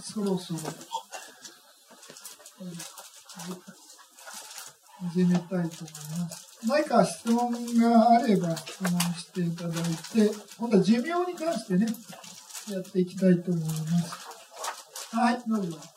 そろそろ始めたいと思います。何か質問があれば質問していただいて、今度は寿命に関してね、やっていきたいと思います。はい、どうぞ。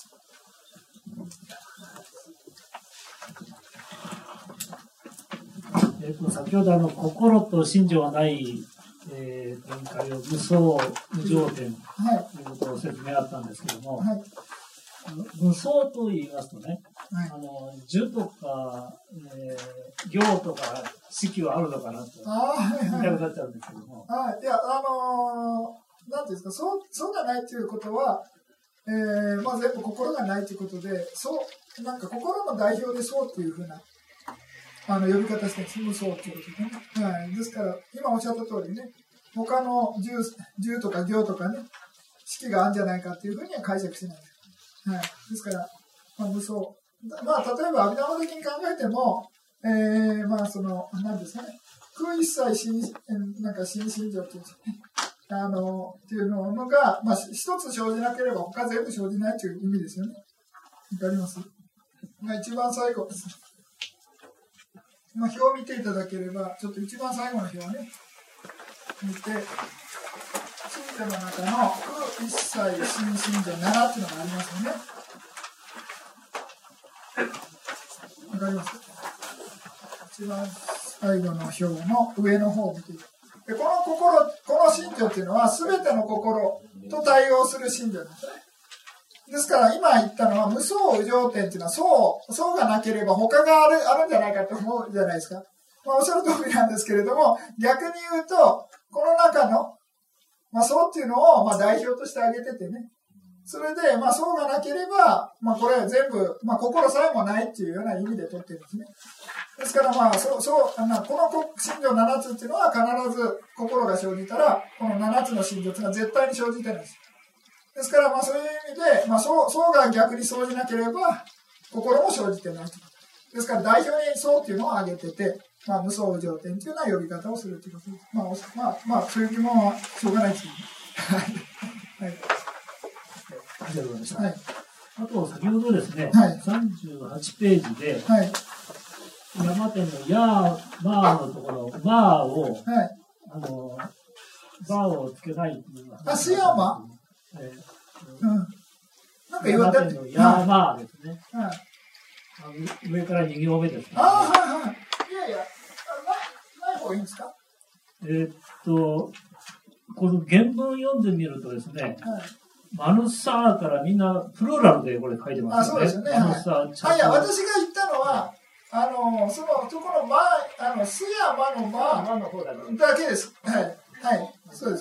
先ほど心と信条がない展開を無相無常点ということを説明あったんですけども、はい、無相と言いますとね、はい、樹とか、行とか式はあるのかなと言いたくなっちゃうんですけども。 はい、いや、なんていうんですか、そうがないということは、まあ、全部心がないということで、なんか心の代表でそうっていうふうな呼び方して無相ということでね。はい。ですから、今おっしゃった通りね、他の10とか行とかね、式があるんじゃないかっていうふうには解釈しない。はい。ですから、まあ、無相。まあ、例えば、阿弥陀的に考えても、まあ、何ですかね、空一切なんか心身情っていうんですかね。っていうのが、まあ、一つ生じなければ他全部生じないという意味ですよね。わかります？まあ、一番最後です。まあ、表を見ていただければ、ちょっと一番最後の表をね、見て、信条の中の空一切心身情7っていうのがありますよね。わかります？一番最後の表の上の方を見ていただく。で、この信条っていうのは、すべての心と対応する信条なんですね。ですから、今言ったのは、無相無常点っていうのは、相がなければ他があるんじゃないかと思うじゃないですか。まあ、おっしゃる通りなんですけれども、逆に言うと、この中の、まあ、相っていうのを、まあ、代表として挙げててね。それで、まあ、相がなければ、まあ、これは全部、まあ、心さえもないっていうような意味で取ってるんですね。ですから、まあ、この信条7つっていうのは、必ず心が生じたら、この7つの信条っていうのは絶対に生じてるんです。ですから、まあ、そういう意味で、まあ、相が逆に生じなければ、心も生じてないと。ですから、代表に相っていうのを挙げてて、まあ、無相無常点というような呼び方をするということです。まあ、そういう疑問はしょうがないですね。はい。 ありがとうございました。 はい。 あと、先ほどですね、 はい、 38ページで、 はい、 山天のヤー、バーのところ、バーを、 はい、 バーをつけないっていう話。 足山なんか言われてる。ヤーバーですね。はい。上から2行目ですね。 はいはい。いやいや、ない方がいいんですか？ この原文読んでみるとですね、 はい、 マヌサーからみんなプルーラルでこれ書いてますよね。 そうですよね。はい。私が言ったのは、そこのマ、スやマのマの方だけです。はい。はい。そうです。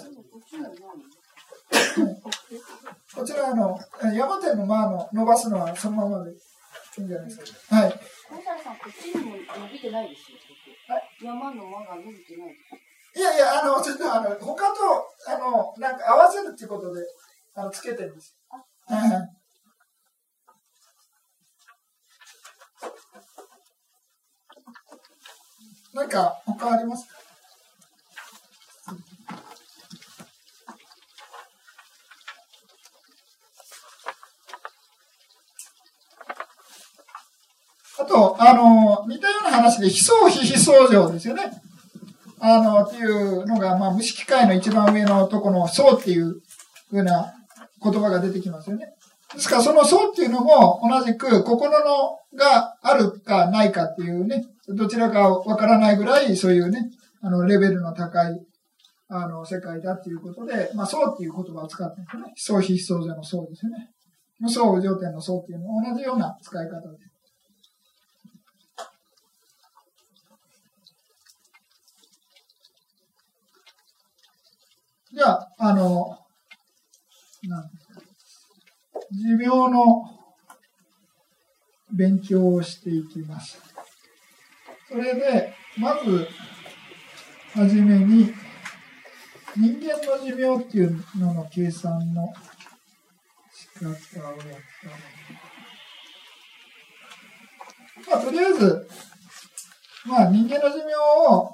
こちら山天のマの伸ばすのはそのままでいいんじゃないですか。はい。 小原さん、こっちにも伸びてないですよ。はい。山の間が伸びてない。 いやいや、ちょっと他となんか合わせるっていうことでつけてるんです。はい。なんか他ありますか？あと、似たような話で、非相非非相情ですよね。っていうのが、まあ、無色界の一番上のところの相っていうふうな言葉が出てきますよね。ですから、その相っていうのも同じく心があるかないかっていうね、どちらかわからないぐらい、そういうね、レベルの高い、世界だっていうことで、まあ、相っていう言葉を使ってるんですよね。非相非非相情の相ですよね。無相無常点の相っていうのは同じような使い方です。じゃあ、寿命の勉強をしていきます。それで、まず、はじめに、人間の寿命っていうのの計算の仕方をやったので、まあ、とりあえず、まあ、人間の寿命を、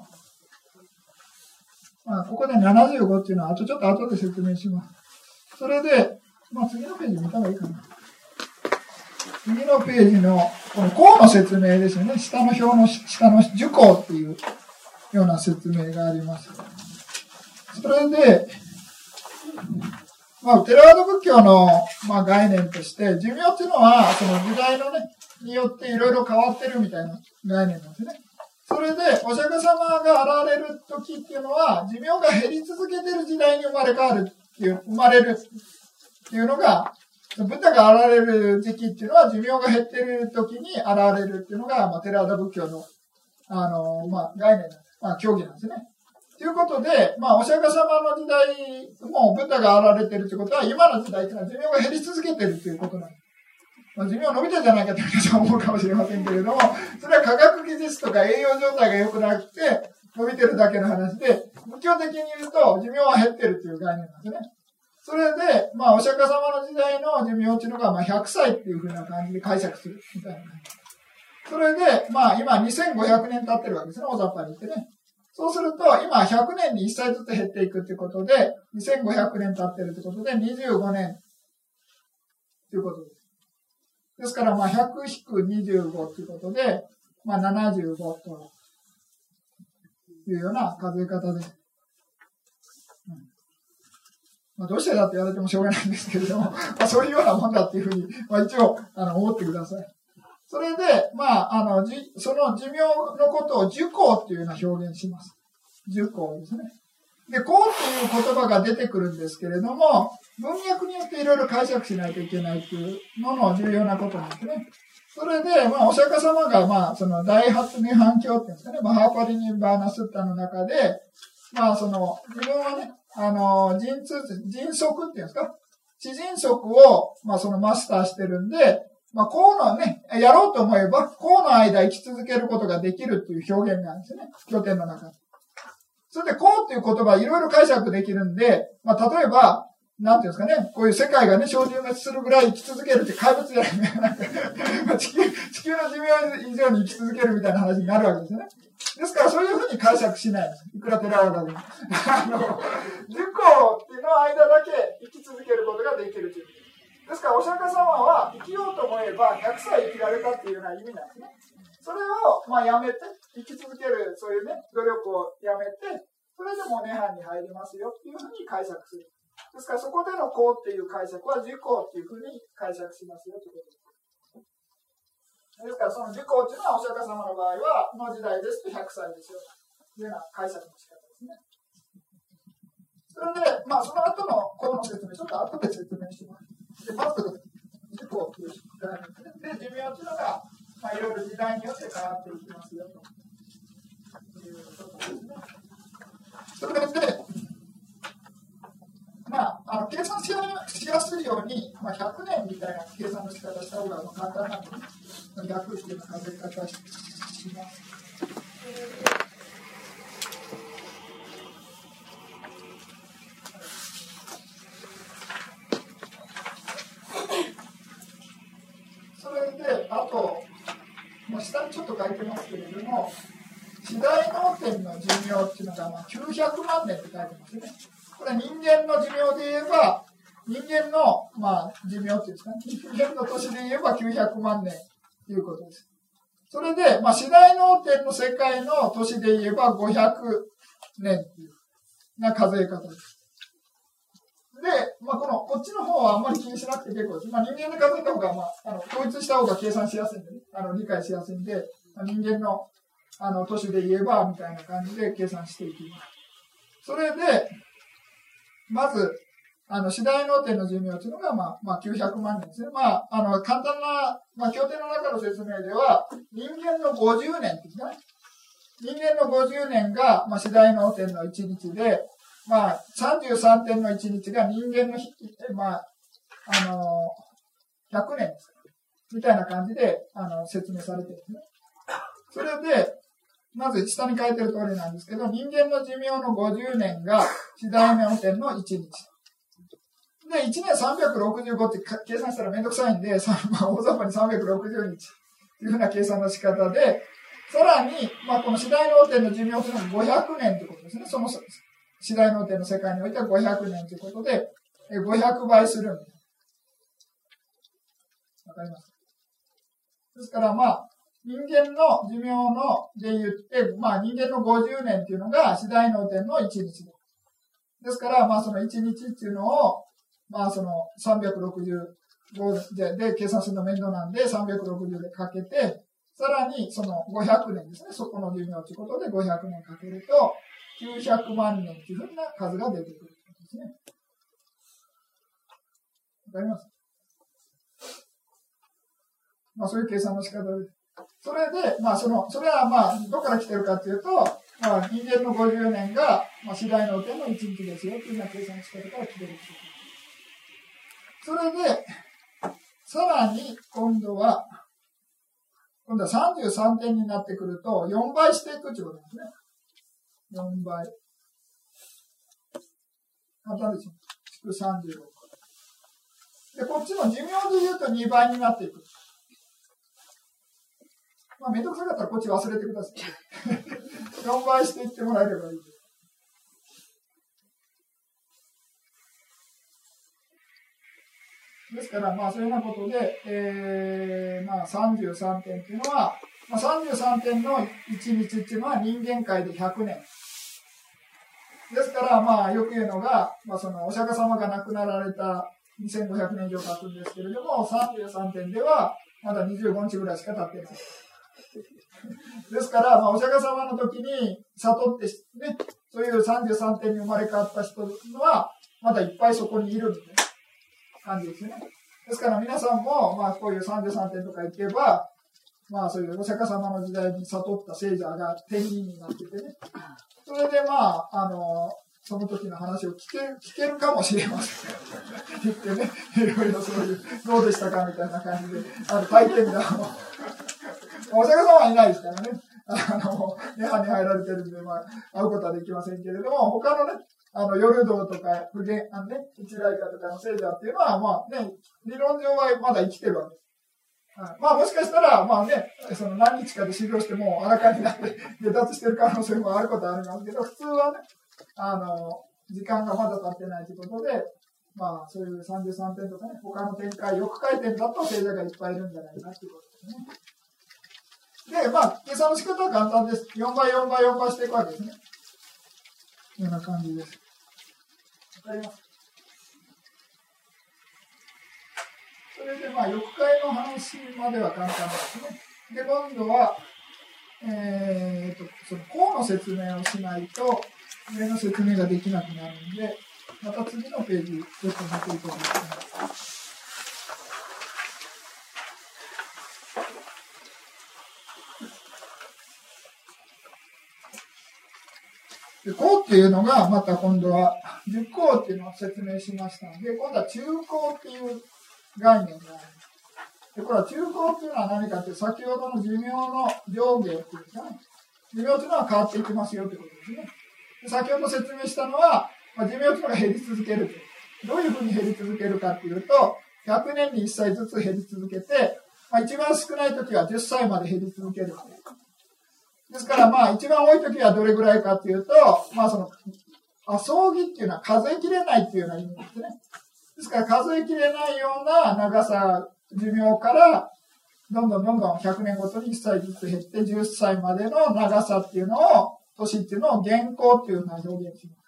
まあ、ここで75っていうのは、ちょっと後で説明します。それで、 次のページ見た方がいいかな。次のページの、この項の説明ですよね。下の表の下の受項っていうような説明があります。それで、テラワード仏教の、概念として、寿命っていうのは、その時代のね、によっていろいろ変わってるみたいな概念なんですね。それで、お釈迦様が現れる時っていうのは、寿命が減り続けてる時代に生まれるっていうのが、ブッダが現れる時期っていうのは、寿命が減ってる時に現れるっていうのが、テラワード仏教の、概念教義なんですね。ということで、お釈迦様の時代もブッダが現れているということは、今の時代というのは寿命が減り続けているということなんです。寿命伸びたじゃないかと皆さん思うかもしれませんけれども、それは科学技術とか栄養状態が良くなくて、伸びてるだけの話で、仏教的に言うと寿命は減ってるという概念なんですね。それで、お釈迦様の時代の寿命っていうのが、100歳っていう風な感じで解釈するみたいな感じ。それで、今2500年経ってるわけですね、大雑把に言ってね。そうすると、今100年に1歳ずつ減っていくということで、2500年経ってるということで、25年ということです。ですから、100-25ということで、75というような数え方で。どうしてだって言われてもしょうがないんですけれども、そういうようなもんだっていうふうに、一応、思ってください。それで、その寿命のことを寿項っていうような表現します。寿項ですね。で、項っていう言葉が出てくるんですけれども、文脈によっていろいろ解釈しないといけないっていうのの重要なことなんですね。それで、お釈迦様が、その大発涅槃経っていうんですかね、マハパリニッバーナスッタの中で、自分はね、迅速っていうんですか、知迅速を、そのマスターしてるんで、項のね、やろうと思えば、項の間生き続けることができるっていう表現があるんですよね。経典の中に。それで、項っていう言葉いろいろ解釈できるんで、例えば、なんていうんですかね、こういう世界がね、小寿滅するぐらい生き続けるって怪物じゃないね。地球の寿命以上に生き続けるみたいな話になるわけですよね。ですから、そういうふうに解釈しないんです。いくらテラワードでも。寿項っていうの間だけ生き続けることができるという。ですから、お釈迦様は生きようと思えば100歳生きられたっていうような意味なんですね。それを、やめて、生き続ける、そういうね、努力をやめて、それでも涅槃に入りますよっていうふうに解釈する。ですから、そこでの項っていう解釈は寿項っていうふうに解釈しますよということです。ですから、その寿項っていうのはお釈迦様の場合は、の時代ですと100歳ですよというような解釈の仕方ですね。それで、その後の項の説明、ちょっと後で説明します。で、まず、寿項という概念で、寿命というのが、いろいろ時代によって変わっていきますよということですね。それで、計算しやすいように、100年みたいな計算の仕方した方が簡単なので、100っていう数え方をします。それで、あと、下にちょっと書いてますけれども、四大脳天の寿命っていうのが900万年って書いてますね。これは人間の寿命で言えば、人間の、寿命っていうんですかね、人間の年で言えば900万年ということです。それで、四大脳天の世界の年で言えば500年っていうな数え方です。で、こっちの方はあんまり気にしなくて結構です。人間で数えた方が、統一した方が計算しやすいんでね、理解しやすいんで、人間の、年で言えば、みたいな感じで計算していきます。それで、まず、四大脳天の寿命というのが、900万年ですね。簡単な、経典の中の説明では、人間の50年ですね。人間の50年が、四大脳天の1日で、33点の1日が人間の100年です。みたいな感じで、説明されてるんですね。それで、まず下に書いてる通りなんですけど、人間の寿命の50年が四大脳天の1日。で、1年365って計算したらめんどくさいんで、大雑把に360日というふうな計算の仕方で、さらに、この四大脳天の寿命というのが500年ということですね。その四大脳天の世界においては500年ということで、500倍するんです。 かります。ですからまあ、人間の寿命ので言って、まあ人間の50年っていうのが四大脳天の1日です。ですから、まあその1日っていうのを、まあその365で計算するの面倒なんで360でかけて、さらにその500年ですね、そこの寿命ということで500年かけると900万年というふうな数が出てくるんですね。わかります？まあそういう計算の仕方です。それで、まあそれはまあどこから来てるかというと、まあ人間の50年が、まあ四大脳天の1日ですよというような計算の仕方から来てる。それで、さらに今度は33点になってくると4倍していくということですね。4倍。簡単ですよ。築36。で、こっちの寿命で言うと2倍になっていく。まあ、めんどくさかったらこっち忘れてください。4倍していってもらえればいいです。ですから、まあ、そういうようなことで、まあ、33点っていうのは、まあ、33点の1日っていうのは人間界で100年。ですから、まあ、よく言うのが、まあ、そのお釈迦様が亡くなられた2500年以上経つんですけれども、33点ではまだ25日ぐらいしか経ってない。ですから、まあ、お釈迦様の時に悟ってね、そういう33点に生まれ変わった人は、まだいっぱいそこにいるみたいな感じですね。ですから皆さんも、まあ、こういう33点とか行けば、まあ、そういうお釈迦様の時代に悟った聖者が天人になっててね、それでまあ、その時の話を聞けるかもしれません。言ってね、いろいろそういう、どうでしたかみたいな感じで、体験談を。お釈迦様はいないですからね。涅槃に入られてるんで、まあ、会うことはできませんけれども、他のね、夜道とか、普賢、一来家とかの聖者っていうのは、まあね、理論上はまだ生きてるわけです。まあもしかしたら、まあね、その何日かで修行してもう荒かになって下脱してる可能性もあることはありますけど、普通はね、時間がまだ経ってないということで、まあそういう33点とかね、他の展開、欲回転だと聖者がいっぱいいるんじゃないかということですね。で、まあ、計算の仕方は簡単です。4倍、4倍、4倍していくわけですね。こんな感じです。わかります？それで、まあ、欲界の話までは簡単ですね。で、今度は、その項の説明をしないと、上の説明ができなくなるんで、また次のページ、ちょっと見ていこうと思います。で、項っていうのが、また今度は、10項っていうのを説明しましたので、今度は中項っていう概念があります。で、これは中項っていうのは何かって、先ほどの寿命の上下っていうんですかね。寿命というのは変わっていきますよということですね。で、先ほど説明したのは、寿命というのが減り続けると。どういうふうに減り続けるかっていうと、100年に1歳ずつ減り続けて、一番少ない時は10歳まで減り続ける。ですから、一番多い時はどれぐらいかっていうと、葬儀っていうのは数えきれないっていうような意味ですね。ですから、数えきれないような長さ、寿命から、どんどん100年ごとに1歳ずつ減って10歳までの長さっていうのを、年っていうのを元寇っていうふうな表現します。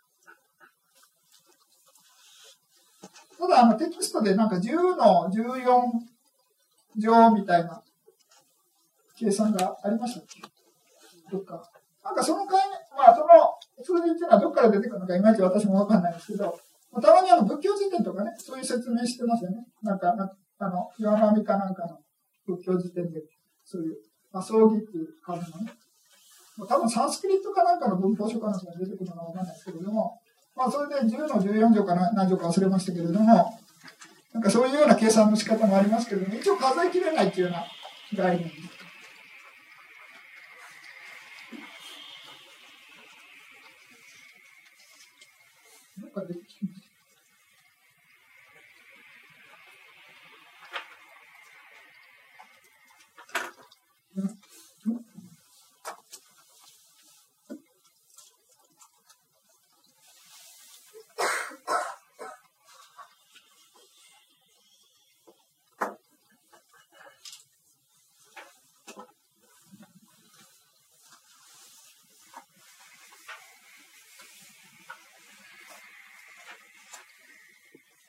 ただ、テキストでなんか10の14乗みたいな計算がありましたっけ？どっか。なんかその概念、その数字っていうのはどっから出てくるのかいまいち私もわかんないんですけど、たまに仏教辞典とかね、そういう説明してますよね。岩波かなんかの仏教辞典で、そういう、葬儀っていう数のね、多分サンスクリットかなんかの文法書かなんかが出てくるのかわかんないですけれども、それで10の14条か何条か忘れましたけれども、なんかそういうような計算の仕方もありますけれども、一応数えきれないっていうような概念です。どっか出てきます。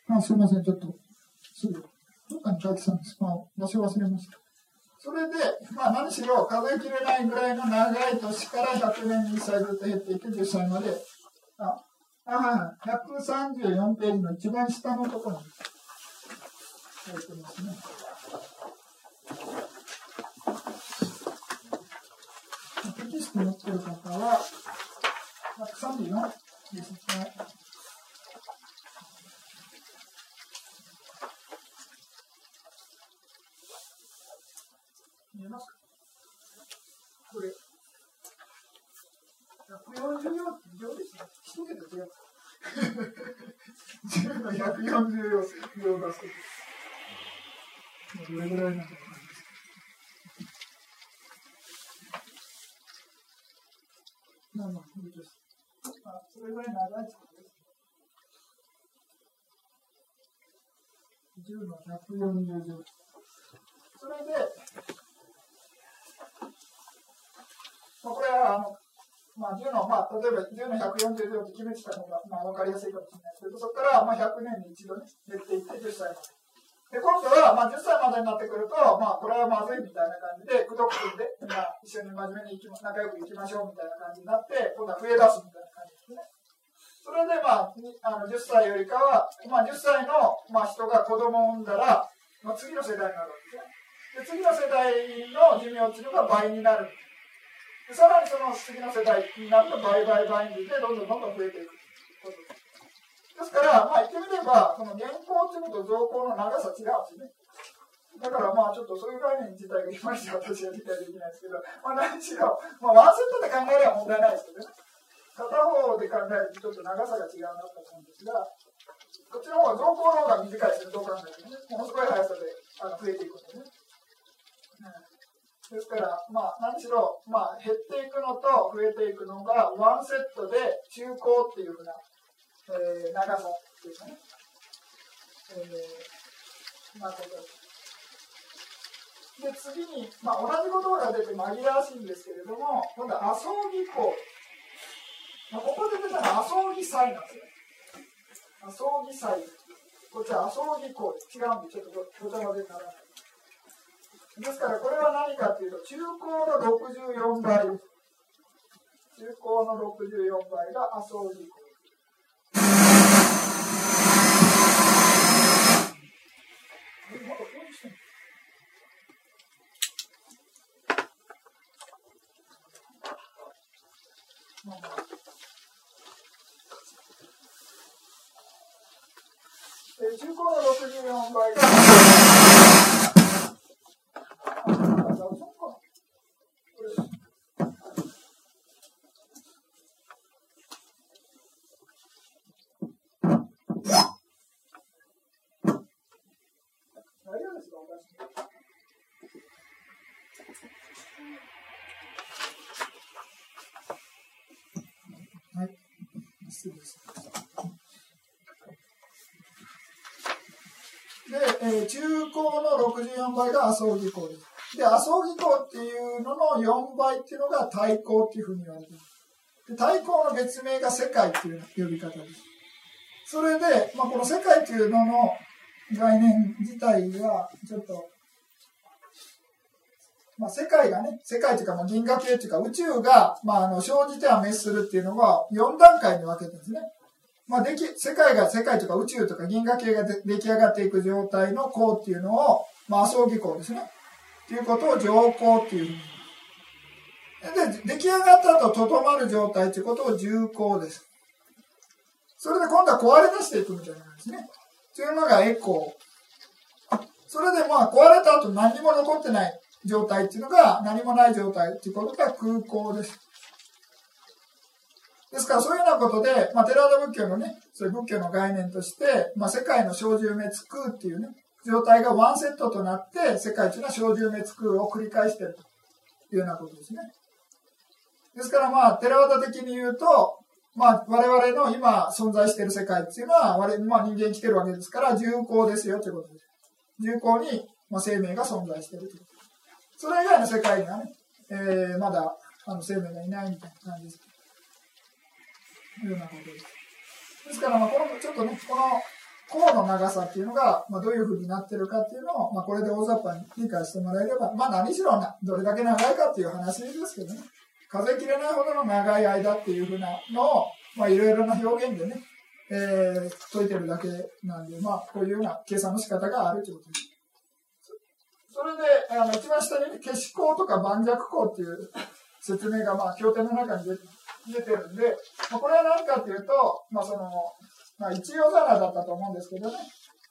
すみません、ちょっと、すぐ、どっかに書いてたんです。場所忘れました。それで、何しろ数えきれないぐらいの長い年から100年に1歳ずつ減っていって10歳まで、134ページの一番下のところに書いてますね。テキスト持っている方は、134ですね。見えますか？これ、140行ですね。一桁違う。10の140行出すと。どれぐらいなんだろう。それぐらい長いです。10の140乗。それで、これは10の、例えば10の140乗って決めてたのが、分かりやすいかもしれないですけど、そこから100年に一度ね、減っていって10歳まで。で、今度は、10歳までになってくると、これはまずいみたいな感じで、口説くんで、みんな一緒に真面目に仲良くいきましょうみたいな感じになって、今度は増え出すみたいな感じですね。それで、10歳よりかは、10歳の、人が子供を産んだら、次の世代になるわけですね。で、次の世代の寿命っていうのが倍になる。でさらにその次の世代になると倍にでどんどん増えていくことです。ですから、言ってみれば、この年功というのと増功の長さ違うんですね。だからちょっとそういう概念自体がいまいち私は理解できないですけど、何しろ、ワンセットで考えれば問題ないですけどね。片方で考えるとちょっと長さが違うなと思うんですが、こっちの方は増功の方が短いですね、どう考えてもね。ものすごい速さで増えていくんですね。ですから、何しろ、減っていくのと増えていくのがワンセットで中高っていうふうな、長さっていうかね、ことです。で、次に、同じ言葉が出て紛らわしいんですけれども、今度は麻生技巧。ここで出たのは麻生技祭なんですよ。麻生技祭。こっちは麻生技巧です。違うんで、ちょっとごちゃ混ぜにならない。ですから、これは何かというと、中高の64倍です。中高の64倍が麻生技巧。中高の64倍がはい、失礼します。で、中高の64倍が麻生技巧です。で、麻生技巧っていうのの4倍っていうのが太閤っていうふうに言われています。で、太閤の別名が世界っていう呼び方です。それで、この世界っていうのの概念自体は、ちょっと、世界がね、世界というか、銀河系というか、宇宙が、生じては滅するっていうのは4段階に分けてるんですね。世界とか宇宙とか銀河系が出来上がっていく状態の項っていうのを、麻生技巧ですね。っていうことを上項っていうふうに言います。で、出来上がった後、とどまる状態ということを重項です。それで今度は壊れ出していくみたいなんですね。というのがエコー。それで壊れた後何も残ってない状態っていうのが、何もない状態っていうことが空港です。ですからそういうようなことで、テラーダ仏教のね、そういう仏教の概念として、世界の生じ滅空っていうね、状態がワンセットとなって、世界っていうのは生じ滅空を繰り返しているというようなことですね。ですからテラーダ的に言うと、我々の今存在している世界っていうのは、人間生きてるわけですから、重厚ですよということです。重厚に、生命が存在しているということです。それ以外の世界にはね、まだ生命がいないみたいな感じです。というようなことです。ですから、ちょっとね、この項の長さっていうのが、どういうふうになってるかっていうのを、これで大雑把に理解してもらえれば、何しろどれだけ長いかっていう話ですけどね、数えきれないほどの長い間っていうふうなのを、いろいろな表現でね、解いてるだけなんで、こういうような計算の仕方があるということです。それで、一番下に消し項とか盤石項っていう説明が、経典の中に出てるんで、これは何かっていうと、一葉皿だったと思うんですけどね、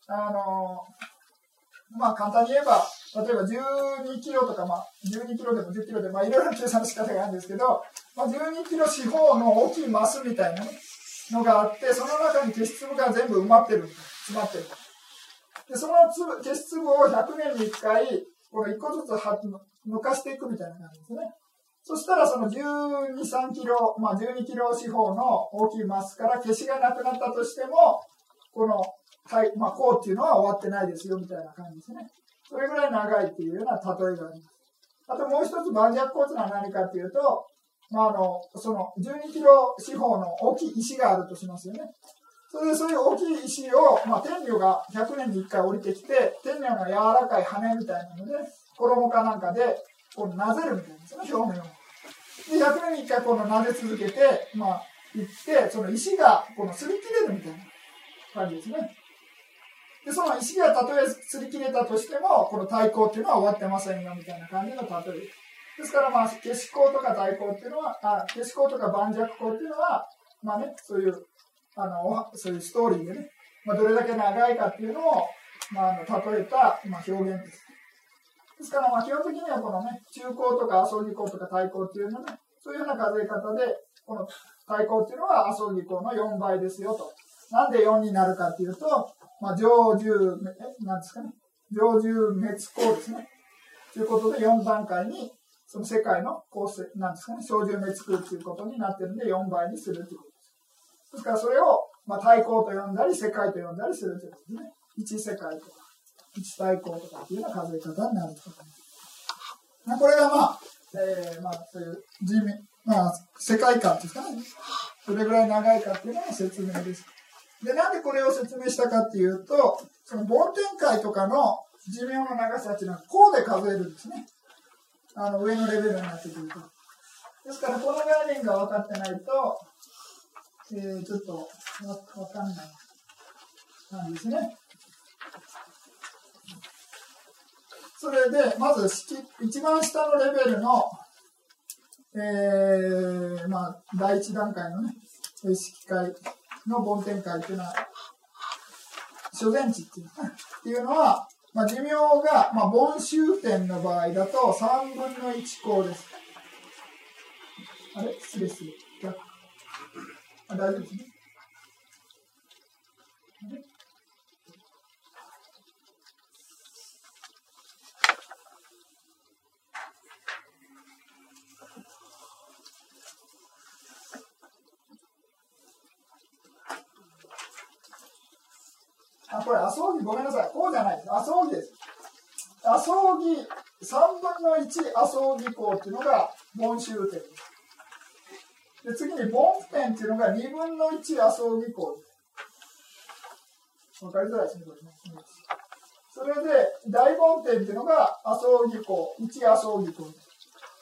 簡単に言えば、例えば12キロとか、12キロでも10キロでも、いろいろな計算の仕方があるんですけど、12キロ四方の大きいマスみたいなね、のがあって、その中に消し粒が全部埋まってる、詰まってる。で、その消し粒を100年に1回、この1個ずつ抜かしていくみたいな感じですね。そしたらその12、3キロ、12キロ四方の大きいマスから消しがなくなったとしても、この、項っていうのは終わってないですよみたいな感じですね。それぐらい長いっていうような例えがあります。あともう一つ盤石項というのは何かっていうと、その12キロ四方の大きい石があるとしますよね。それでそういう大きい石を、天女が100年に1回降りてきて、天女の柔らかい羽みたいなので、衣かなんかで、こうなぜるみたいですね、表面を。で、100年に1回このなで続けて、いって、その石がこの擦り切れるみたいな感じですね。で、その石がたとえ擦り切れたとしても、この対項っていうのは終わってませんよみたいな感じの例えです。ですから、消し項とか対項っていうのは、消し項とか盤石項っていうのは、そういう、そういうストーリーでね、どれだけ長いかっていうのを、例えた、表現です。ですから、基本的にはこのね、中項とか阿相義項とか対項っていうのね、そういうような数え方で、この対項っていうのは阿相義項の4倍ですよと。なんで4になるかっていうと、常住、なんですかね、常住滅項ですね。ということで4段階に、その世界の構成、なんですかね、小住滅空ということになってるんで4倍にするということです。ですからそれを、対項と呼んだり、世界と呼んだりするということですね。一世界とか、一対項とかっていうような数え方になるということです。これがそういう地味、世界観ですかね。どれぐらい長いかっていうのが説明です。で、なんでこれを説明したかっていうと、その梵天界とかの寿命の長さっていうのは項で数えるんですね。上のレベルになってくると。ですから、この概念が分かってないと、ちょっと分かんない感じですね。それで、まず一番下のレベルの、第一段階のね、式界の梵天界っていうのは、諸前地っていうのは、寿命が、凡周天の場合だと3分の1項です。あれ失礼。大丈夫ですね。これ、阿相義、ごめんなさい。こうじゃないです。阿相義です。阿相義、3分の1阿相義項っていうのが凡周天です。で、次に凡天っていうのが2分の1阿相義項です。わかりづらいですね、これね。それで、大凡天っていうのが阿相義項、1阿相義項です。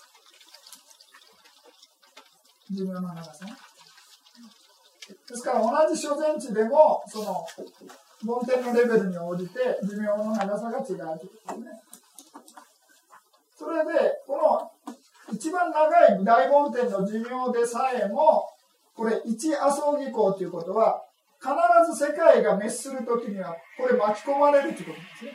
寿命の長さね。ですから、同じ諸前地でも、その、梵天のレベルに応じて寿命の長さが違うということですね。それで、この一番長い大梵天の寿命でさえも、これ1阿相義項ということは、必ず世界が滅するときには、これ巻き込まれるということです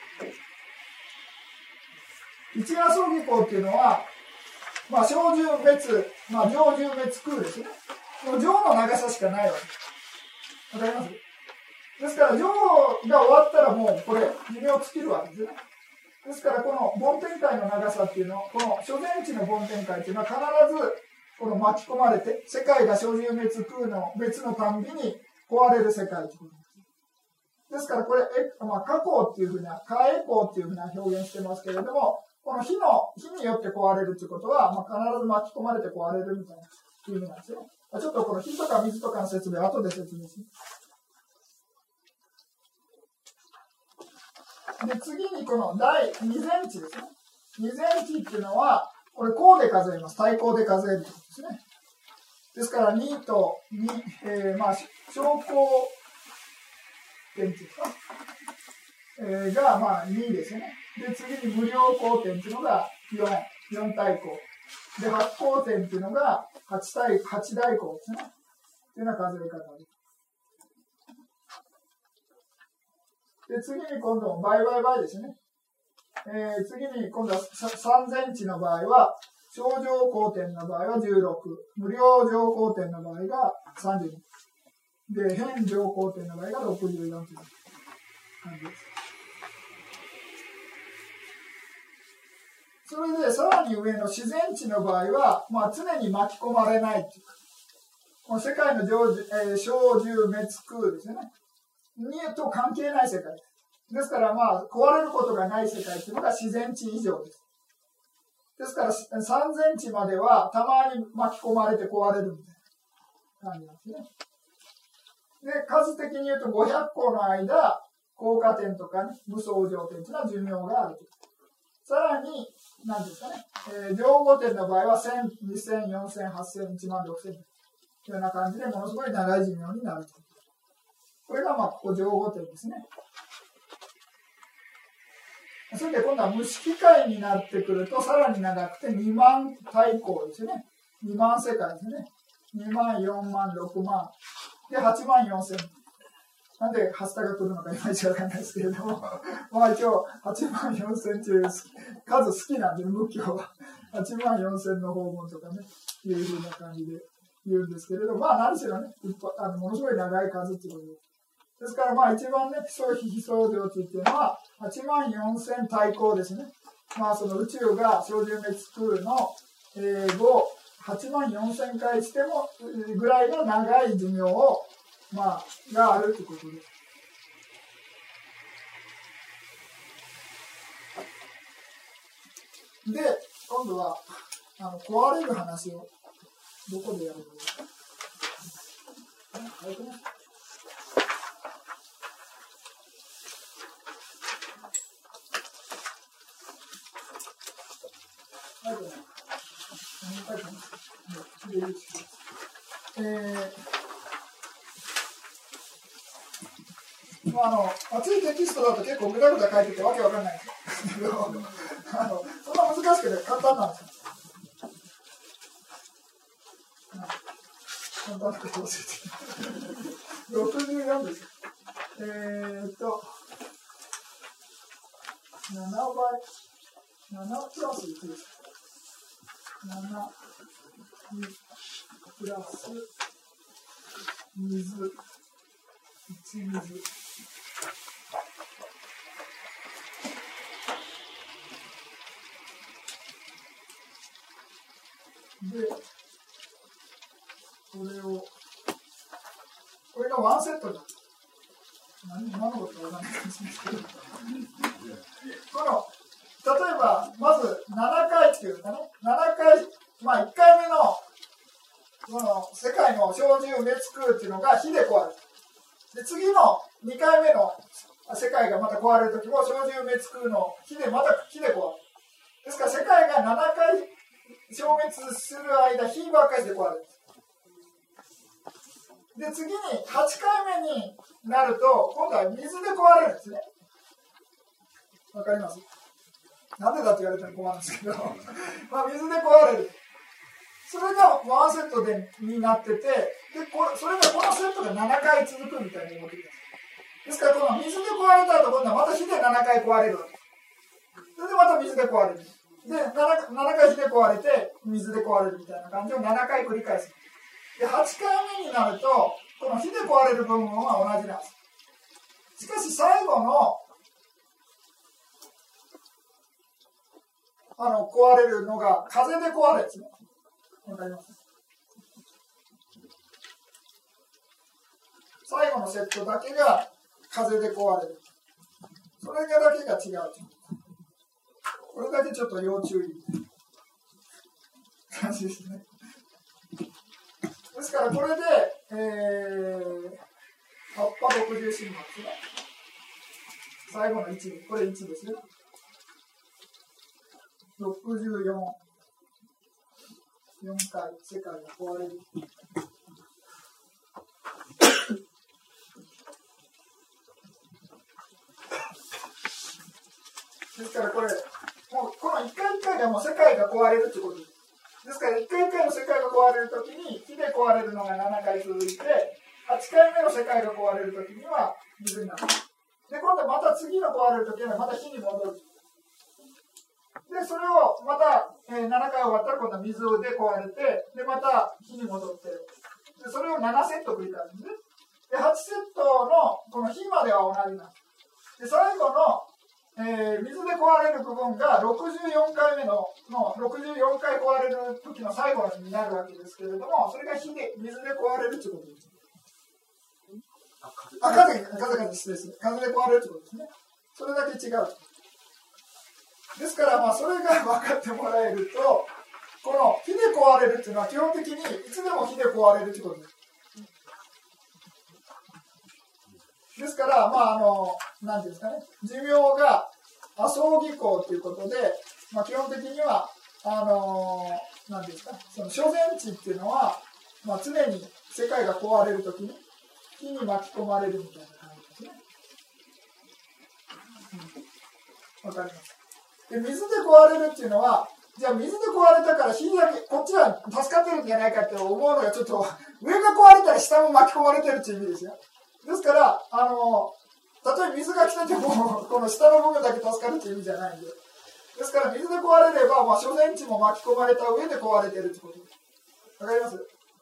ね。1阿相義項っていうのは、小住滅、上住滅空ですね。上の長さしかないわけ。わかります？ですから、上が終わったらもうこれ、寿命を尽きるわけですね。ですから、この梵天界の長さっていうのは、この諸前地の梵天界っていうのは必ずこの巻き込まれて、世界が小住滅空の別のたんびに壊れる世界ということです。ですから、これ、過去っていうふうな、過栄光っていうふうな表現してますけれども、この火によって壊れるということは、必ず巻き込まれて壊れるみたいな意味なんですよ。ちょっとこの火とか水とかの説明、後で説明します。 で、次にこの第2前値ですね。2前値っていうのは、これ項で数えます。対項で数えるということですね。ですから、2と2、小項点っていうか、が、2ですね。で、次に無量項点っていうのが4対項。で、8項点っていうのが8大項ですね。というような数え方です。で、次に今度、倍ですね。次に今度は3前値の場合は、小乗項点の場合は16、無量乗項点の場合が32、で、変乗項点の場合が64という感じです。それで、さらに上の自然値の場合は、常に巻き込まれないというか、もう世界の小獣滅空ですよね。にと関係ない世界です。ですから、壊れることがない世界というのが自然値以上です。ですから、3000値まではたまに巻き込まれて壊れるみたいな感じなんですね。で、数的に言うと500個の間、効果点とかに無相乗点というのは寿命があると。さらに、何ですかね、乗語点の場合は1000、2000、4000、8000、1万6000というような感じでものすごい長い寿命になると。これがここ乗語点ですね。それで今度は無色界になってくるとさらに長くて2万対項ですね。2万世界ですね。2万、4万、6万。で、8万4千。なんでハスタが来るのかいまいちわかんないですけれども、一応8万4千という数好きなんで、仏教は。8万4千の訪問とかね、いうふうな感じで言うんですけれど、何しろね、ものすごい長い数っていうことです。ですから、一番ね、非相非非相乗値っていうのは、8万4千対項ですね。その宇宙が小獣滅空の8万4千回してもぐらいの長い寿命を、があるということです。で、今度は、壊れる話を、どこでやるのですか？書いてます？熱いテキストだと結構ぐだぐだ書いててわけわかんないんですけど、そんな難しくて簡単なんですよ。簡単なこと教えて。64です。7倍、7プラス1です。7、2プラス水、1水。で、これがワンセットだ。今のことはわからないかもしれないけど、例えば、まず7回っていうかね、7回、1回目の、世界の小獣滅空っていうのが火で壊れる。で、次の2回目の世界がまた壊れるときも、小獣滅空の火でまた火で壊れる。ですから、世界が7回消滅する間、火ばっかりで壊れる。で、次に8回目になると、今度は水で壊れるんですね。わかります？なんでだって言われたら困るんですけど、水で壊れる。それがワンセットになってて、それがこのセットが7回続くみたいに思ってください。ですから、この水で壊れた後、今度はまた火で7回壊れるわけ。それでまた水で壊れる。で、7回火で壊れて、水で壊れるみたいな感じを7回繰り返す。で、8回目になると、この火で壊れる部分は同じなんです。しかし、最後の、壊れるのが風で壊れるんですね。わかります？最後のセットだけが風で壊れる。それだけが違う。これだけちょっと要注意感じですね。ですからこれで、葉っぱ60進法ですね。 最後の1、これ1ですよ。64、4回世界が壊れる。ですからこれ、もうこの1回1回でもう世界が壊れるってことです。ですから1回1回の世界が壊れるときに火で壊れるのが7回続いて、8回目の世界が壊れるときには水になる。で、今度また次の壊れるときにはまた火に戻る。で、それをまた、7回終わったら今度は水で壊れて、で、また火に戻って、でそれを7セット繰り返すんですね。で、8セットのこの火までは同じなんです。で、最後の、水で壊れる部分が64回目の64回壊れる時の最後になるわけですけれども、それが火で水で壊れるということです。風で壊れるということですね。それだけ違う。ですから、それが分かってもらえると、この火で壊れるというのは基本的にいつでも火で壊れるということです。ですから、なんていうんですかね、寿命がアソーギ項ということで、基本的には、なんていうんですか、その諸前地っていうのは、常に世界が壊れるときに火に巻き込まれるみたいな感じですね。わかります。で、水で壊れるっていうのは、じゃあ水で壊れたから火だけ、こっちは助かってるんじゃないかって思うのがちょっと、上が壊れたら下も巻き込まれてるっていう意味ですよ。ですから、たとえ水が来てても、この下の部分だけ助かるっていう意味じゃないんで。ですから、水で壊れれば、諸前地も巻き込まれた上で壊れてるってことです。わかります？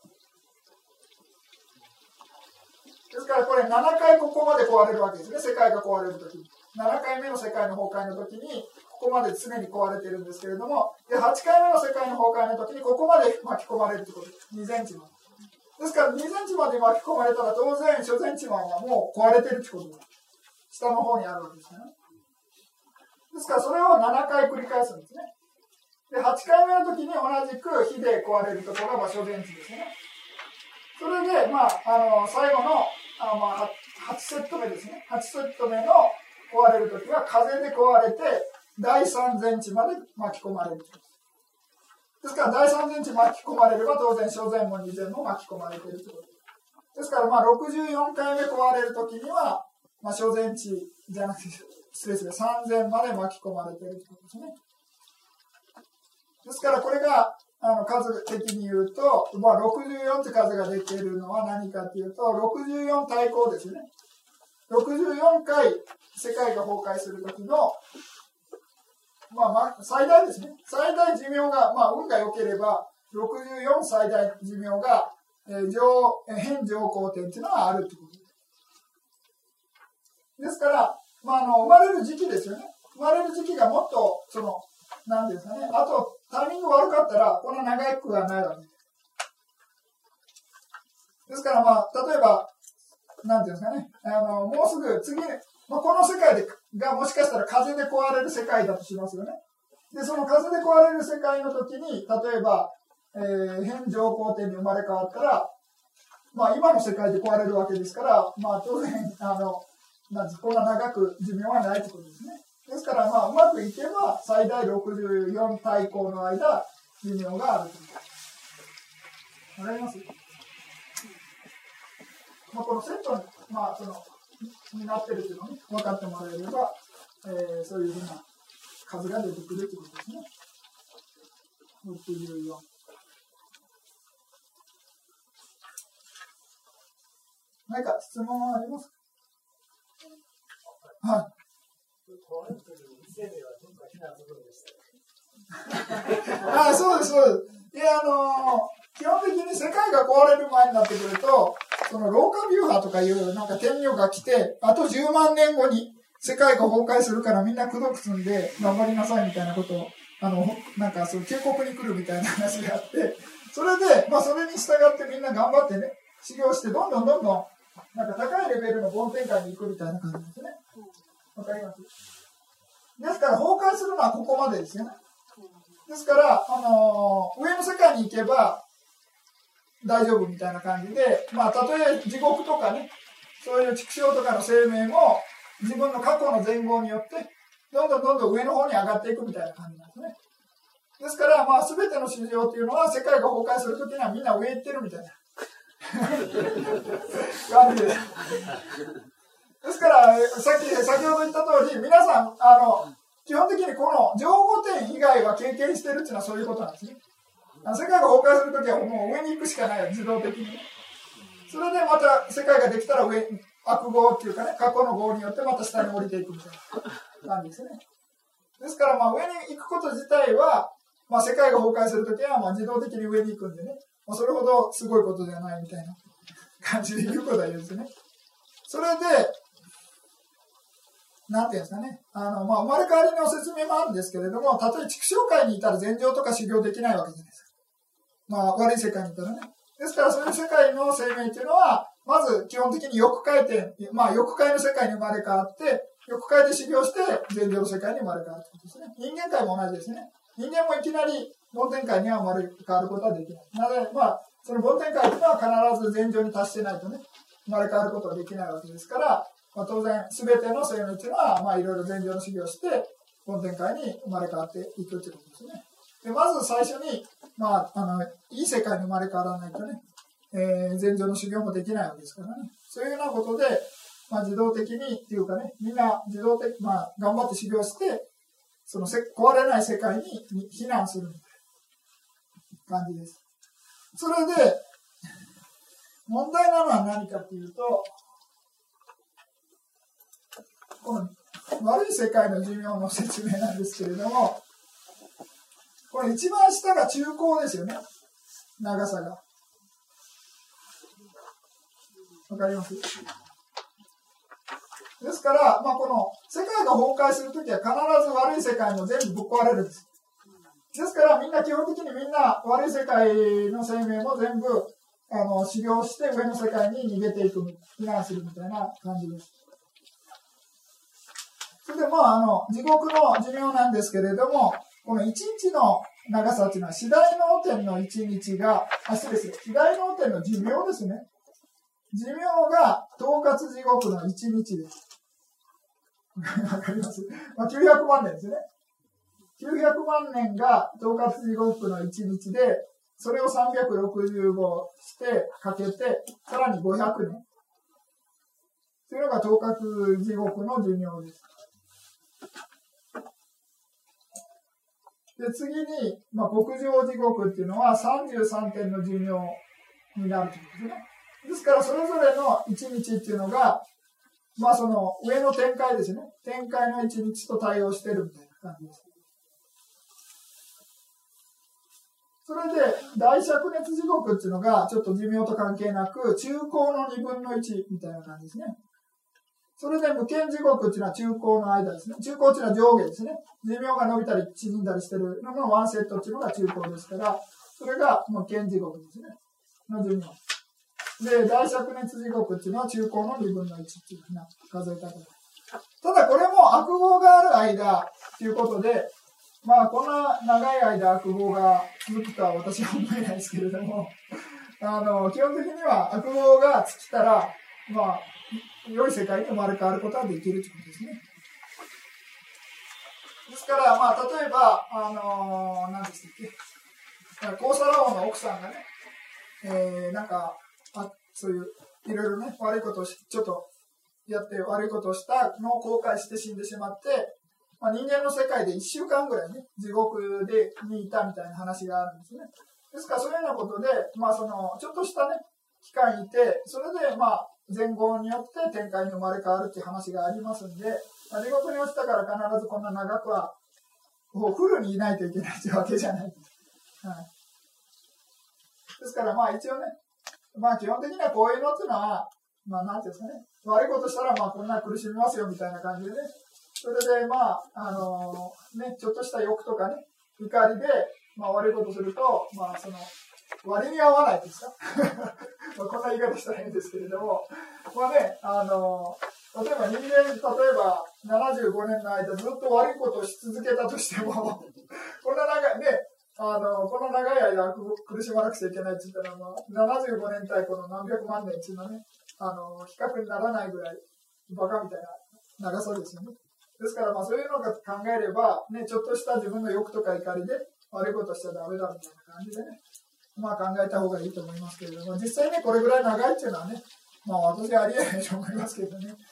ですから、これ7回ここまで壊れるわけですね。世界が壊れるときに。7回目の世界の崩壊のときに、ここまで常に壊れてるんですけれども、で、8回目の世界の崩壊のときに、ここまで巻き込まれるってことです。2前地まで。ですから、2前地まで巻き込まれたら、当然、諸前地まではもう壊れてるってことです。下の方にあるわけですね。ですから、それを7回繰り返すんですね。で、8回目の時に同じく火で壊れるところが諸前地ですね。それで、最後の8セット目ですね。8セット目の壊れる時は風で壊れて、第3前地まで巻き込まれる。ですから、第3前地巻き込まれれば、当然、諸前も2前も巻き込まれているということです。ですから、64回目壊れる時には、諸前地じゃなくて、失礼する3前まで巻き込まれているということですね。ですから、これが、数的に言うと、64って数ができているのは何かというと、64対抗ですね。64回世界が崩壊するときの、最大ですね。最大寿命が、運が良ければ、64最大寿命が、変上皇点というのがあるということです。ですから、生まれる時期ですよね。生まれる時期がもっと、なんですかね、あと、タイミング悪かったら、こんな長くはないわけです。ですから、例えば、なんていうんですかね、もうすぐ次、この世界がもしかしたら風で壊れる世界だとしますよね。で、その風で壊れる世界の時に、例えば、変上皇点に生まれ変わったら、今の世界で壊れるわけですから、当然、こんな長く寿命はないということですね。ですから、うまくいけば、最大64対抗の間、寿命があるということです。わかります？このセットに、になっているというのを、分かってもらえれば、そういうふうな数が出てくるということですね。64。何か質問はありますか？はい。そうです、そうです。で、基本的に世界が壊れる前になってくると、その老化ビューハーとかいう天女が来て、あと10万年後に世界が崩壊するからみんな功徳積んで頑張りなさいみたいなことを、そう警告に来るみたいな話があって、それで、それに従ってみんな頑張ってね、修行して、どんどん、高いレベルの梵天界に行くみたいな感じですね。わかります？ですから、崩壊するのはここまでですよね。ですから、上の世界に行けば大丈夫みたいな感じで、たとえ地獄とかね、そういう畜生とかの生命も、 自分の過去の前後によって、どんどん上の方に上がっていくみたいな感じなんですね。ですから、全ての市場っていうのは、世界が崩壊するときにはみんな上行ってるみたいな感じです。ですから、先ほど言った通り、皆さん、基本的にこの上5点以外は経験してるっていうのはそういうことなんですね。世界が崩壊するときはもう上に行くしかないよ、自動的に。それでまた世界ができたら上、悪業っていうかね、過去の業によってまた下に降りていくみたいな感じですね。ですから、上に行くこと自体は、世界が崩壊するときは自動的に上に行くんでね、それほどすごいことではないみたいな感じで言うことは言うんですね。それで、なんていうんですかね、生まれ変わりの説明もあるんですけれども、たとえ畜生界にいたら禅情とか修行できないわけじゃないですか。悪い世界にいたらね。ですから、そういう世界の生命っていうのは、まず基本的に欲界転、欲界の世界に生まれ変わって、欲界で修行して禅情の世界に生まれ変わるということですね。人間界も同じですね。人間もいきなり梵天界には生まれ変わることはできない。なので、その梵天界というのは必ず禅情に達してないとね、生まれ変わることはできないわけですから、当然、すべての生命というのは、いろいろ禅情の修行をして、梵天界に生まれ変わっていくということですね。で、まず最初に、いい世界に生まれ変わらないとね、禅情の修行もできないわけですからね。そういうようなことで、自動的にっていうかね、みんな自動的、頑張って修行して、その壊れない世界に避難するみたいな感じです。それで、問題なのは何かというと、この悪い世界の寿命の説明なんですけれども、これ一番下が中高ですよね。長さが。わかります？ですから、この世界が崩壊するときは必ず悪い世界も全部ぶっ壊れるんです。ですからみんな基本的にみんな悪い世界の生命も全部修行して上の世界に逃げていく、避難するみたいな感じです。それで地獄の寿命なんですけれども、この1日の長さというのは、四大脳天の1日が、失礼ですよ、四大脳天の寿命ですね。寿命が統括地獄の1日です。わかります？900万年ですね。900万年が統括地獄の1日で、それを365してかけて、さらに500年。というのが統括地獄の寿命です。で、次に、極上地獄っていうのは33点の寿命になるということですね。ですから、それぞれの1日っていうのが、その上の展開ですね。展開の1日と対応しているみたいな感じです。それで、大灼熱地獄っていうのが、ちょっと寿命と関係なく、中高の2分の1みたいな感じですね。それで無間地獄っていうのは中高の間ですね。中高っていうのは上下ですね。寿命が伸びたり縮んだりしてるののワンセットっていうのが中高ですから、それが無間地獄ですね。の寿命。で、大灼熱地獄っていうのは中高の2分の1っていうふうな数え方です。ただこれも悪業がある間ということで、こんな長い間悪業が続くとは私は思えないですけれども、基本的には悪業が尽きたら、良い世界に生まれ変わることはできるということですね。ですから、例えば、何でしたっけ、コウサラ王の奥さんがね、そういう、いろいろね、悪いことをちょっとやって悪いことをしたのを後悔して死んでしまって、人間の世界で1週間ぐらいね、地獄にいたみたいな話があるんですね。ですから、そういうようなことで、ちょっとしたね、期間いて、それで、前後によって展開に生まれ変わるっていう話がありますんで、地獄に落ちたから必ずこんな長くは、フルにいないといけないというわけじゃない。はい。ですから、一応ね、基本的にはこういうのっていうのは、なんていうんですかね、悪いことしたら、こんな苦しみますよみたいな感じでね、それで、ちょっとした欲とかね、怒りで、悪いことすると、その、割に合わないですかこんな言い方したらいいんですけれども、例えば人間、例えば75年の間ずっと悪いことをし続けたとしても、こんな長いね、この長い間苦しまなくちゃいけないって言ったら、75年対この何百万年っていうのはね、比較にならないぐらいバカみたいな長そうですよね。ですからそういうのが考えれば、ね、ちょっとした自分の欲とか怒りで悪いことしちゃダメだみたいな感じでね、考えた方がいいと思いますけれども、実際ね、これぐらい長いっていうのはね、私はありえないと思いますけどね。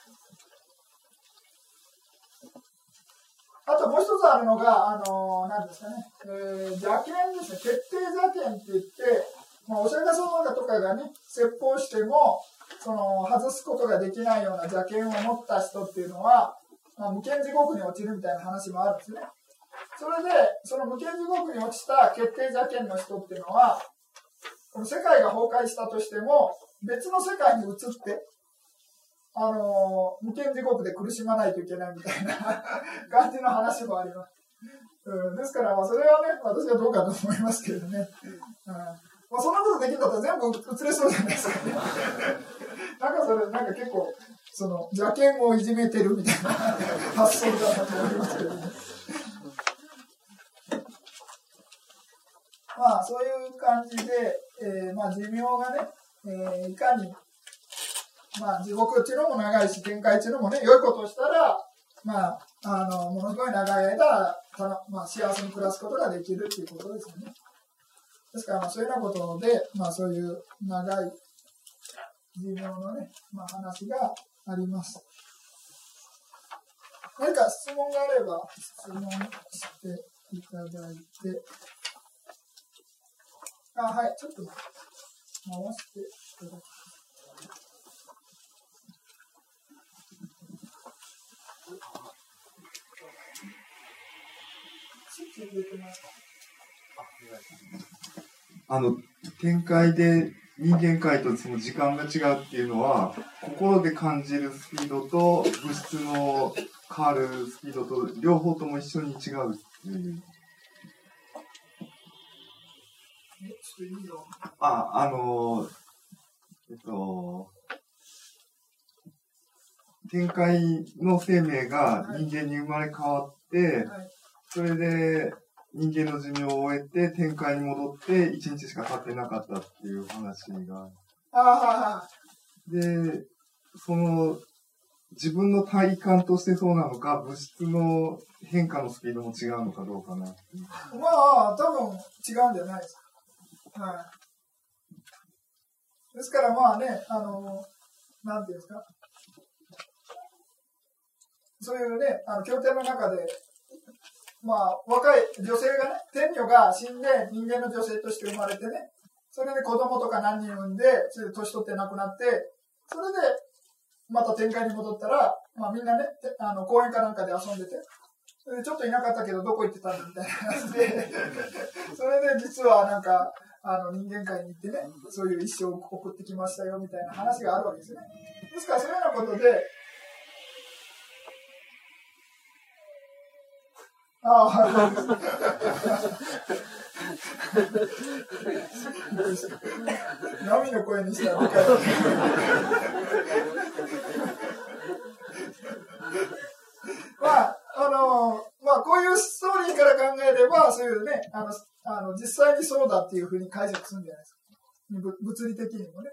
あともう一つあるのが、何ですかね、邪見ですね、決定邪見って言って、お釈迦様とかがね、説法しても、外すことができないような邪見を持った人っていうのは、無間地獄に落ちるみたいな話もあるんですね。それで、その無間地獄に落ちた決定邪見の人っていうのは、この世界が崩壊したとしても、別の世界に移って、無間地獄で苦しまないといけないみたいな感じの話もあります。ですから、それはね、私はどうかと思いますけどね。そんなことできるんだったら全部移れそうじゃないですかね。なんか結構、邪見をいじめてるみたいな発想だなと思いますけどね。そういう感じで、寿命がね、いかに、地獄っていうのも長いし、天界っていうのもね、良いことをしたら、ものすごい長い間、幸せに暮らすことができるっていうことですよね。ですから、そういうようなことで、そういう長い寿命のね、話があります。何か質問があれば、質問していただいて、はい、ちょっと回していただきます。 展開で人間界とその時間が違うっていうのは、心で感じるスピードと物質の変わるスピードと両方とも一緒に違うっていう。天界の生命が人間に生まれ変わって、それで人間の寿命を終えて天界に戻って1日しか経ってなかったっていう話がで、自分の体感としてそうなのか、物質の変化のスピードも違うのかどうかな。 多分違うんじゃないですか。はい。ですからなんていうんですか。そういうね、経典の中で、若い女性がね、天女が死んで人間の女性として生まれてね、それで子供とか何人産んで、それで年取って亡くなって、それでまた天界に戻ったら、みんなね、公園かなんかで遊んでて、それでちょっといなかったけどどこ行ってたんだみたいな話で、それで実は人間界に行ってね、そういう一生を送ってきましたよみたいな話があるわけですね。ですからそういうようなことで、ナミの声にしたらでかい。こういうストーリーから考えれば、そういうね、実際にそうだっていうふうに解釈するんじゃないですか。物理的にもね。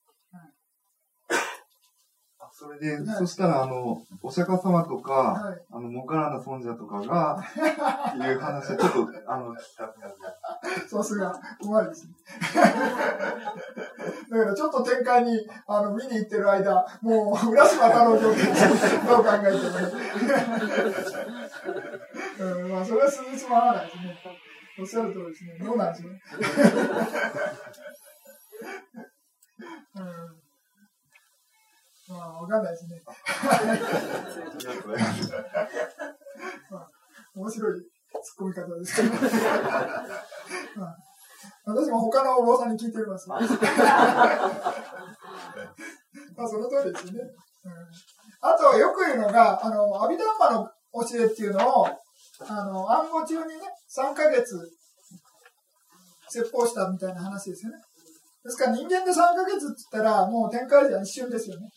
それで、そしたら、お釈迦様とか、モカラナ尊者とかが、っていう話はちょっと、 さすが、うまいですね。だからちょっと展開に、見に行ってる間、もう、浦島太郎状況どう考えてもね。それはすぐつまらないですね。おっしゃる通りですね。どうなんでしょうね。わかんないですね。面白いツッコミ方ですけど。私も他のお坊さんに聞いてみます。その通りですね。あと、よく言うのが、阿弥陀マの教えっていうのを、暗号中にね、3ヶ月説法したみたいな話ですよね。ですから人間で3ヶ月って言ったら、もう天界じゃ一瞬ですよね。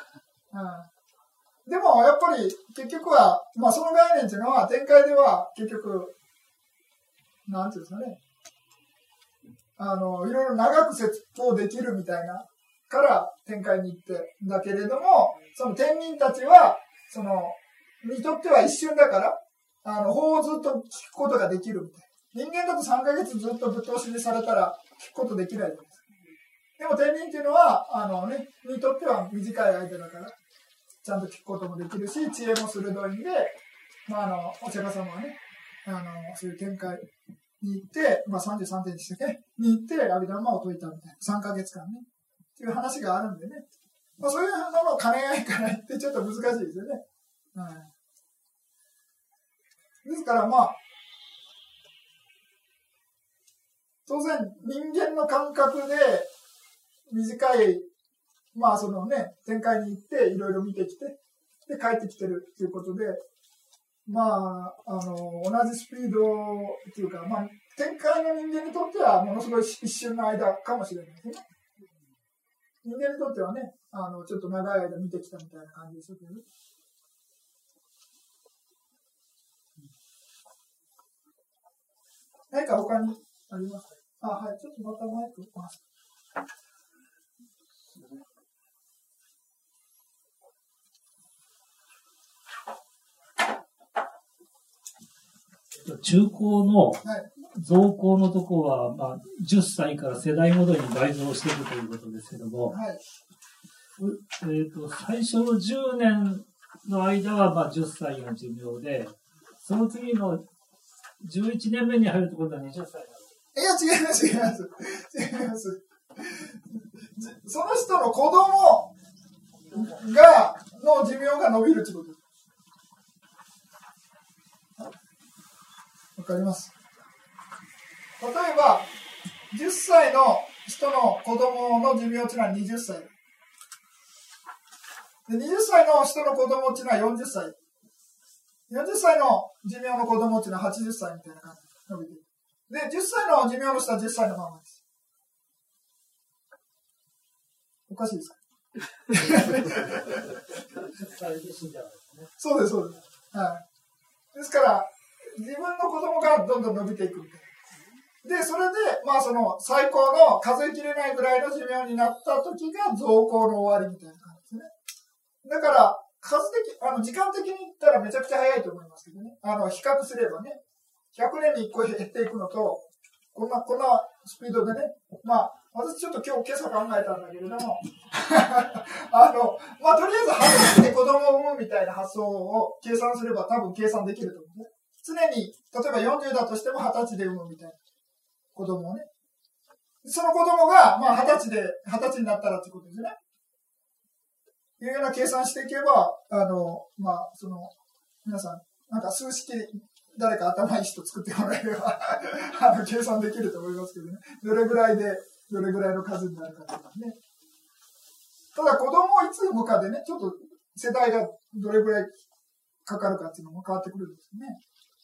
でもやっぱり結局は、その概念っていうのは天界では結局なんていうんですかね、いろいろ長く説法できるみたいなから天界に行ってだけれども、その天人たちはにとっては一瞬だから、法をずっと聞くことができるみたいな。人間だと3ヶ月ずっとぶっ通しにされたら聞くことできないじゃないですか。でも天人っていうのは、にとっては短い間だから、ちゃんと聞くこともできるし、知恵も鋭いんで、お釈迦様はね、そういう見解に行って、33点でしたっけに行って、阿弥陀羅を説いたみたいな。3ヶ月間ね。っていう話があるんでね。そういうのの兼ね合いから言ってちょっと難しいですよね。ですから当然人間の感覚で短い、展開に行っていろいろ見てきて、で帰ってきてるっていうことで、同じスピードっていうか、展開の人間にとってはものすごい一瞬の間かもしれないですね。人間にとってはね、ちょっと長い間見てきたみたいな感じでしょうけどね。何か他にありますか？はい、ちょっとまたマイク回す。 中高の増高のところは、10歳から世代ごとに倍増していくということですけども、最初の10年の間は10歳が寿命で、その次の11年目に入ると今度は20歳になる。 いや、違います。その人の子供の寿命が伸びるということです。わかります。例えば、10歳の人の子供の寿命というのは20歳。で、20歳の人の子供というのは40歳。40歳の寿命の子供というのは80歳みたいな感じで伸びている。で、10歳の寿命の人は10歳のままです。おかしいですか？そうです。はい。ですから、自分の子供がどんどん伸びていくみたいな。で、それで、その最高の数えきれないぐらいの寿命になった時が増高の終わりみたいな感じですね。だから、時間的に言ったらめちゃくちゃ早いと思いますけどね。比較すればね、100年に1個減っていくのと、こんなスピードでね、私ちょっと今朝考えたんだけれども、とりあえず20歳で子供を産むみたいな発想を計算すれば多分計算できると思うね。常に、例えば40だとしても20歳で産むみたいな子供をね。その子供が、20歳になったらってことですね。いうような計算していけば、皆さん、なんか数式、誰か頭いい人作ってもらえれば、計算できると思いますけどね。どれぐらいの数になるかとかね。ただ子供をいつ産むかでね、ちょっと世代がどれぐらいかかるかっていうのも変わってくるんですよね。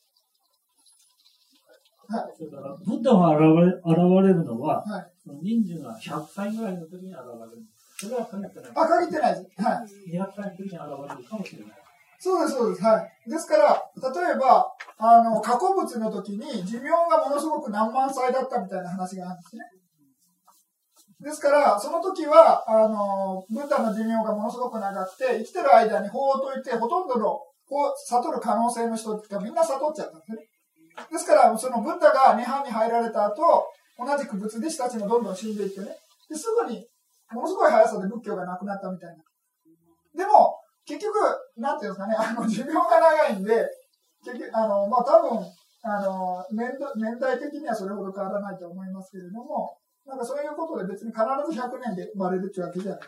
はい。 それから、ブッダが現れるのは、その人数が100歳ぐらいの時に現れる。それは限ってない。限ってないです。はい。200歳の時に現れるかもしれない。 そうです。はい。ですから、例えば、過去物の時に寿命がものすごく何万歳だったみたいな話があるんですね。ですから、その時は、ブッダの寿命がものすごく長くて、生きてる間に法を説いて、ほとんどの法を悟る可能性の人がみんな悟っちゃったんですね。ですから、そのブッダが涅槃に入られた後、同じく仏弟子たちもどんどん死んでいってね。ですぐに、ものすごい速さで仏教がなくなったみたいな。でも、結局、なんていうんですかね、寿命が長いんで、結局、多分、年代的にはそれほど変わらないと思いますけれども、なんかそういうことで別に必ず100年で生まれるってわけじゃない。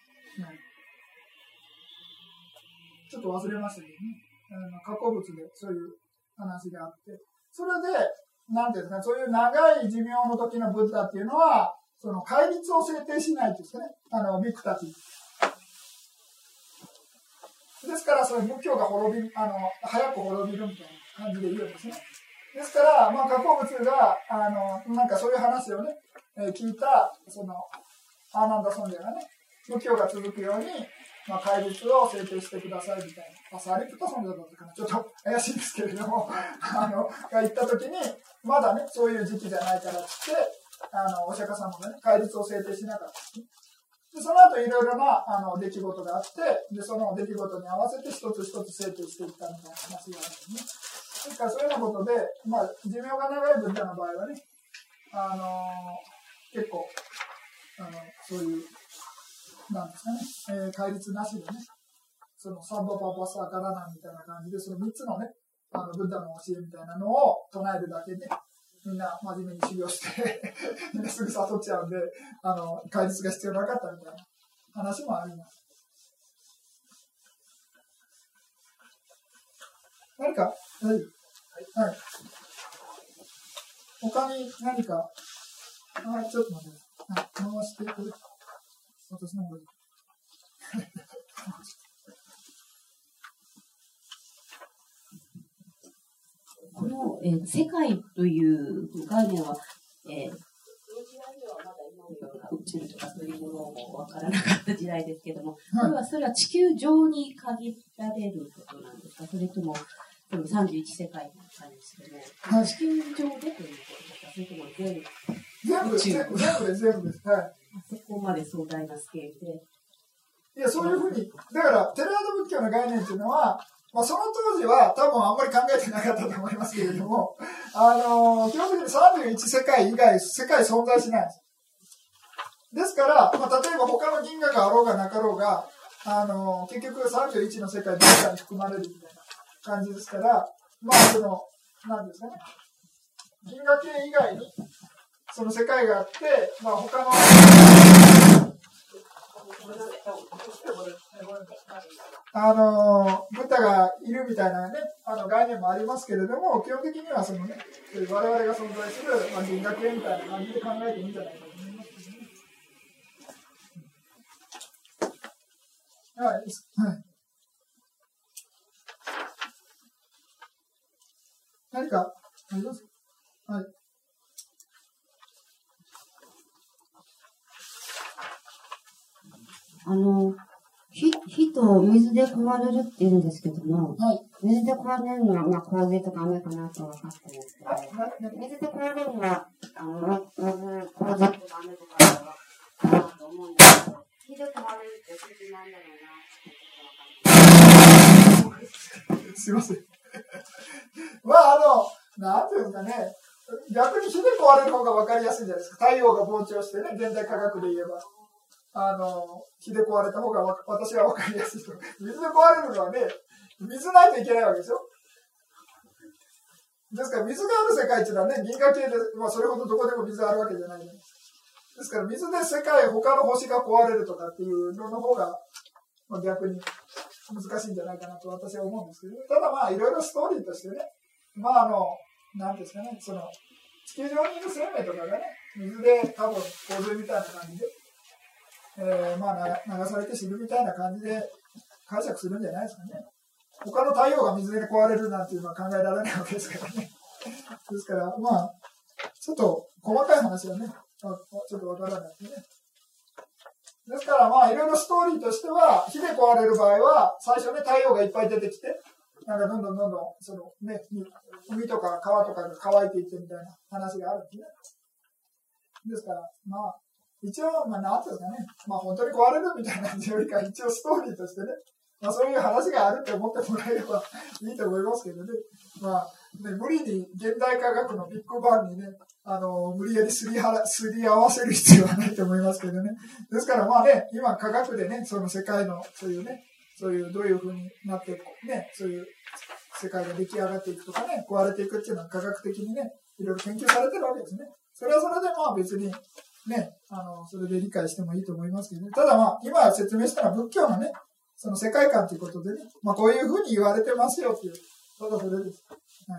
ちょっと忘れましたけどね。過去物でそういう話があって、それで、なんていうんですかね、そういう長い寿命の時のブッダっていうのは、その戒律を制定しないっていうんですかね、ビクたち。ですから、その仏教が早く滅びるみたいな感じで言うんですね。ですから、過去物が、なんかそういう話をね、聞いた、アーナンダ・ソンデがね、仏教が続くように、戒律を制定してくださいみたいな。サリプタソンデだったかな、ちょっと怪しいんですけれども、が言ったときに、まだね、そういう時期じゃないからって言って、お釈迦様がね、戒律を制定しなかった。 でその後いろいろな出来事があって、でその出来事に合わせて一つ一つ成長していったみたいな話があるんですね。ですからそういうようなことで、寿命が長いブッダの場合はね、結構そういうなんですかね、戒律なしでね、そのサンバパパサカラナみたいな感じで、その3つのね、ブッダの教えみたいなのを唱えるだけで、みんな真面目に修行してみんなすぐ悟っちゃうんで、戒律が必要なかったみたいな話もあります。何か、はい。他に何か、ちょっと待って、回してくれ。私の方がいい。 この、世界という概念は、宇宙とかそういうものも分からなかった時代ですけども、それは地球上に限られることなんですか、それとも31世界の感じですけども、地球上でということですか、それとも全部です。はい。 そこまで壮大なスケールで。 いや、そういうふうに、だから、テラワード仏教の概念っていうのは、その当時は多分あんまり考えてなかったと思いますけれども、基本的に31世界以外、世界存在しないんです。ですから、例えば他の銀河があろうがなかろうが、結局31の世界の中に含まれるみたいな感じですから、なんですかね、銀河系以外に、その世界があって、他の、ブッダがいるみたいなね、概念もありますけれども、基本的にはそのね、我々が存在する、銀河系みたいな感じで考えていいんじゃないかと思いますけどね。はい。何かありますか？はい。 火と水で壊れるって言うんですけども、 はい、 水で壊れるのは、洪水とか雨かなと分かってるんですけど、水で壊れるのは、洪水とか雨とかかなと思うんですけど、火で壊れるって水なんだろうなって分かってすいません。なんていうんですかね、逆に火で壊れる方が分かりやすいんじゃないですか。太陽が膨張してね、現代科学で言えば。火で壊れた方が私は分かりやすいと。水で壊れるのはね、水ないといけないわけですよ。ですから水がある世界っていうのはね、銀河系で、それほどどこでも水があるわけじゃないじゃないですか。ですから水で世界、他の星が壊れるとかっていうのの方が、逆に難しいんじゃないかなと私は思うんですけど、ただいろいろストーリーとしてね、なんですかね、その、地球上にいる生命とかがね、水で多分洪水みたいな感じで、流されて死ぬみたいな感じで解釈するんじゃないですかね。他の太陽が水で壊れるなんていうのは考えられないわけですからね。ですから、ちょっと細かい話はね、ちょっとわからないですね。ですから、いろいろストーリーとしては、火で壊れる場合は、最初ね、太陽がいっぱい出てきて、どんどん、そのね、海とか川とかが乾いていってみたいな話があるんですね。ですから、一応、なんていうんですかね、本当に壊れるみたいなよりか、一応ストーリーとしてね、そういう話があるって思ってもらえればいいと思いますけどね。無理に現代科学のビッグバンにね、無理やりすり合わせる必要はないと思いますけどね。ですから今科学でね、その世界の、そういうどういう風になっていくね、そういう世界が出来上がっていくとかね、壊れていくっていうのは科学的にね、いろいろ研究されてるわけですね。それはそれで別にね、それで理解してもいいと思いますけどね。ただ今説明したのは仏教のね、その世界観ということでね、こういうふうに言われてますよっていう、ただそれです。はい。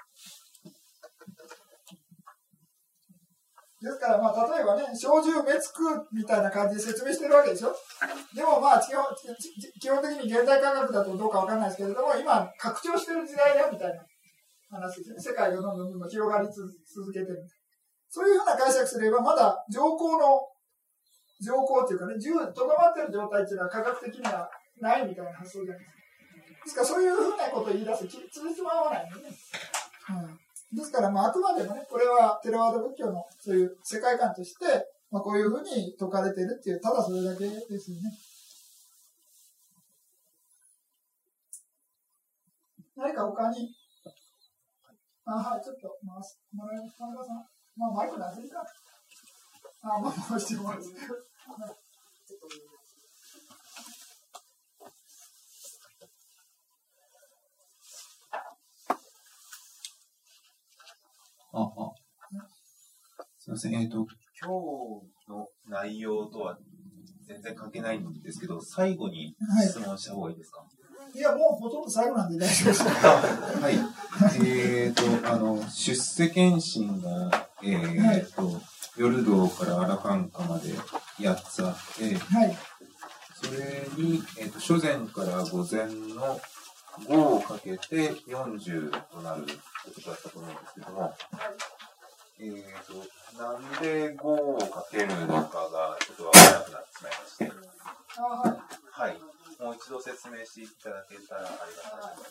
ですから、例えばね、小獣滅空みたいな感じで説明してるわけでしょ。でも基本的に現代科学だとどうかわかんないですけれども、今、拡張してる時代だみたいな話ですね。世界がどんどん広がり続けてる。そういうふうな解釈すれば、まだ条項っていうかね、とどまってる状態っていうのは科学的にはないみたいな発想じゃないですか。ですから、そういうふうなことを言い出す、つじつま合わないんでね。ですから、あくまでもね、これはテラワード仏教のそういう世界観として、 こういうふうに説かれているっていう、ただそれだけですよね。何か他に、はい、ちょっと回す、もらえます、田中さん。マイクなしですか。回してもらいます。 すみません。今日の内容とは全然関係ないんですけど、最後に質問した方がいいですか？ はい、いや、もうほとんど最後なんで大丈夫です。 はい。出世検診が、ヨルドーからアラカンカまで8つあって、はい、それに、初前から午前の5をかけて40となることだったと思うんですけども、なんで5をかけるのかがちょっとわからなくなってしまいまして、はい、もう一度説明していただけたらありがたいと思います。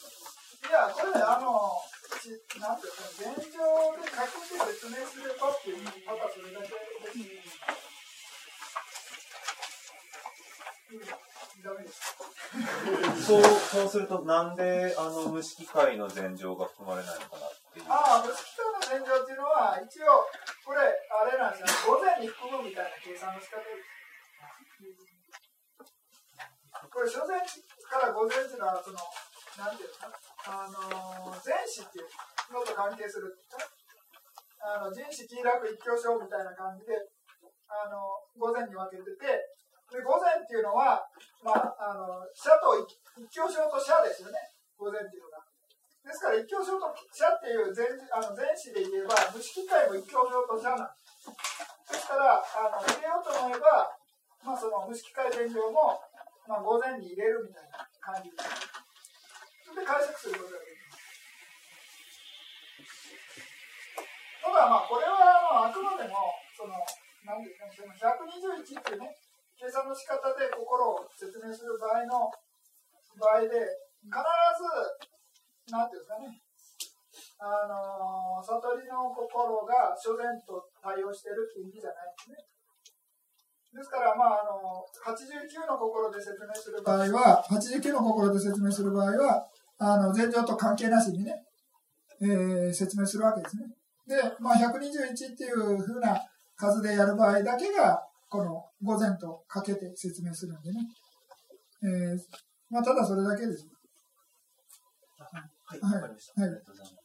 いや、これなんていうか、現状で書きで説明すればっていう、ただそれだけですね。ダメです。 そうすると、なんで蒸し機械の前情が含まれないのかなっていう。 蒸し機械の前情っていうのは、一応、これ、あれなんですよね、午前に含むみたいな計算の仕方です。これ、初前から午前っていうのは、なんていうのかな、前史っていうのと関係するっていうか、人史喜楽一挙章みたいな感じで、午前に分けてて、で午前っていうのは、社と一挙章と社ですよね、午前っていうのが。ですから、一挙章と社っていう前史で言えば、蒸し機械も一挙章と社なんです。ですから、入れようと思えば、その蒸し機械前情も、午前に入れるみたいな感じです。それで解釈することができます。ただ、これはあくまでも、なんていうか、121っていうね、計算の仕方で心を説明する場合で、必ず、なんていうんですかね、悟りの心が諸前と対応しているっていう意味じゃないですね。ですから、89の心で説明する場合は、前情と関係なしにね、説明するわけですね。で、121っていうふうな数でやる場合だけが、この午前とかけて説明するんでね。ただそれだけです。 はい、わかりました。ありがとうございます。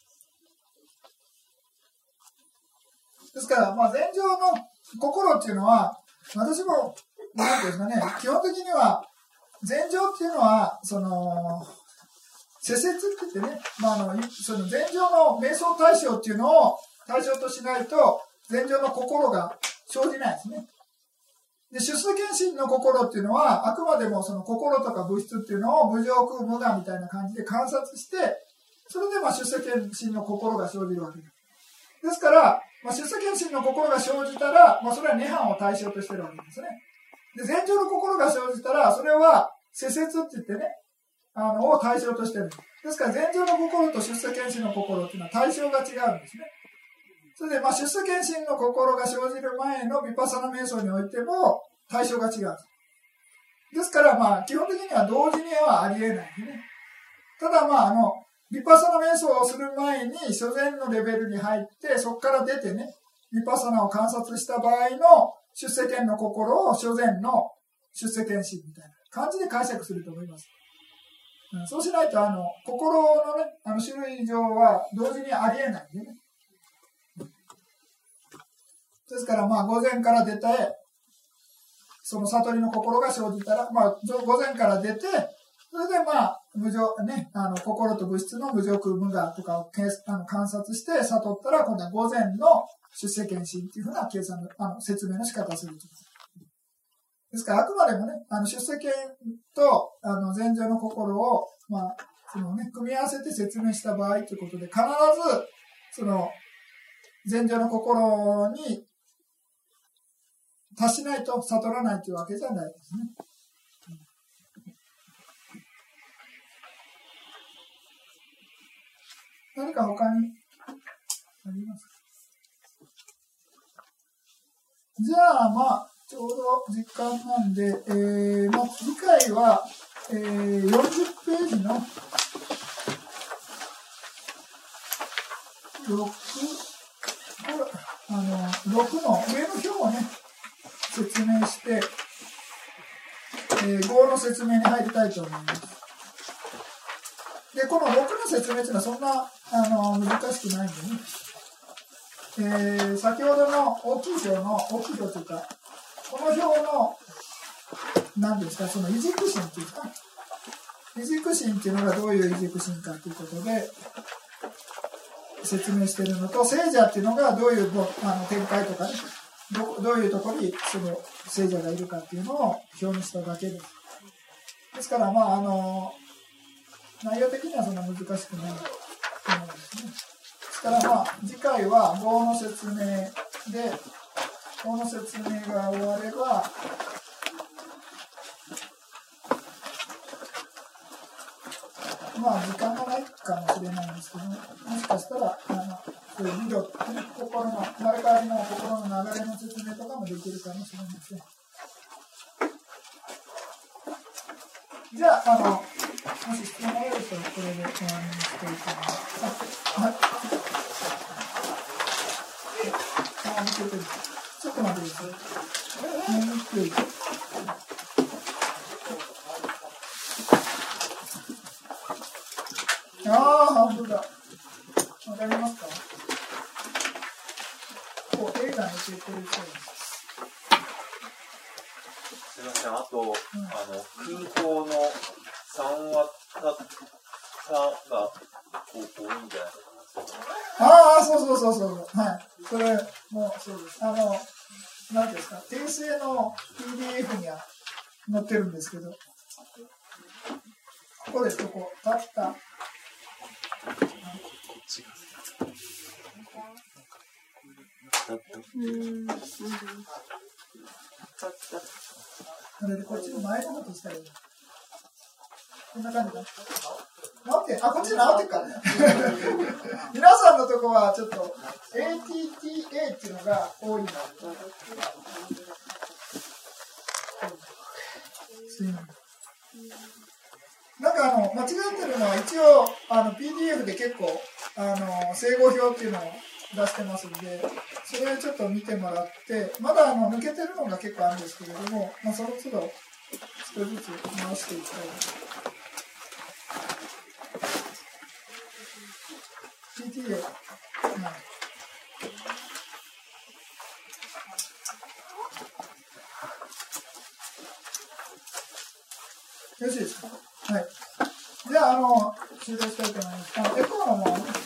ですから、前情の心っていうのは、私も、なんていうんですかね、基本的には、前情っていうのは、世説って言ってね、その前情の瞑想対象っていうのを対象としないと、前情の心が生じないですね。で、出世検診の心っていうのは、あくまでもその心とか物質っていうのを無常空無我みたいな感じで観察して、それで出世検診の心が生じるわけです。ですから、出世検診の心が生じたら、それは涅槃を対象としてるわけですね。で、前情の心が生じたら、それは世説って言ってね、を対象としてる。ですから、前情の心と出世検診の心っていうのは対象が違うんですね。それで、出世検診の心が生じる前のヴィパッサナ瞑想においても対象が違う。ですから、基本的には同時にはありえないですね。ただ、ヴィパッサナ瞑想をする前に初前のレベルに入って、そこから出てね、ヴィパッサナを観察した場合の出世検の心を初前の出世検診みたいな感じで解釈すると思います。そうしないと、心のね、種類上は同時にありえないんでね。ですから、午前から出て、その悟りの心が生じたら、午前から出て、それで無常、ね、心と物質の無常空無我とかを観察して悟ったら、今度は午前の出世検診っていうふうな計算の、説明の仕方をすると。ですから、あくまでもね、出世検と、前情の心を、組み合わせて説明した場合ということで、必ず、前情の心に達しないと悟らないというわけじゃないですね。何か他にありますか？ じゃあ、まあ、ちょうど時間なんで、まあ、次回は、40ページの6の上の表をね、説明して、5の説明に入りたいと思います。で、この6の説明というのはそんな難しくないんでね、先ほどの大きい表というか、この表の、何ですか、その異軸心というか、異軸心というのがどういう異軸心かということで説明しているのと、聖者っていうのがどういう展開とかね、どういうところにその聖者がいるかっていうのを表にしただけです。ですから、まあ、内容的にはそんな難しくないと思うんですね。ですから、まあ、次回は5の説明で、5の説明が終われば、まあ、時間がないかもしれないんですけど、もしかしたら、そういう理論、心の、生まれ変わりの心の流れの説明とかもできるかもしれません。じゃあ、もし質問があると、これで終わりにしたいと思います。はい。ちょっと待ってください。本当だ。わかりますか？映画に教えてるそうです。 すみません、あと、空港の3話が多いんじゃないかな。そう。はい。それもそうです。何ですか、訂正の PDF には載ってるんですけど、ここです、ここ。たった。それでこっちの前のことしたらいい。こんな感じだ。直って、こっち直ってっからね。皆さんのとこはちょっと ATTA っていうのが多いな。なんか間違ってるのは一応PDF で結構整合表っていうのを出してますんで、それをちょっと見てもらって、まだ抜けてるのが結構あるんですけれども、その都度少しずつ直していきたい。PTA、よろしいですか？はい。じゃあ、終了したいと思います。エコーのも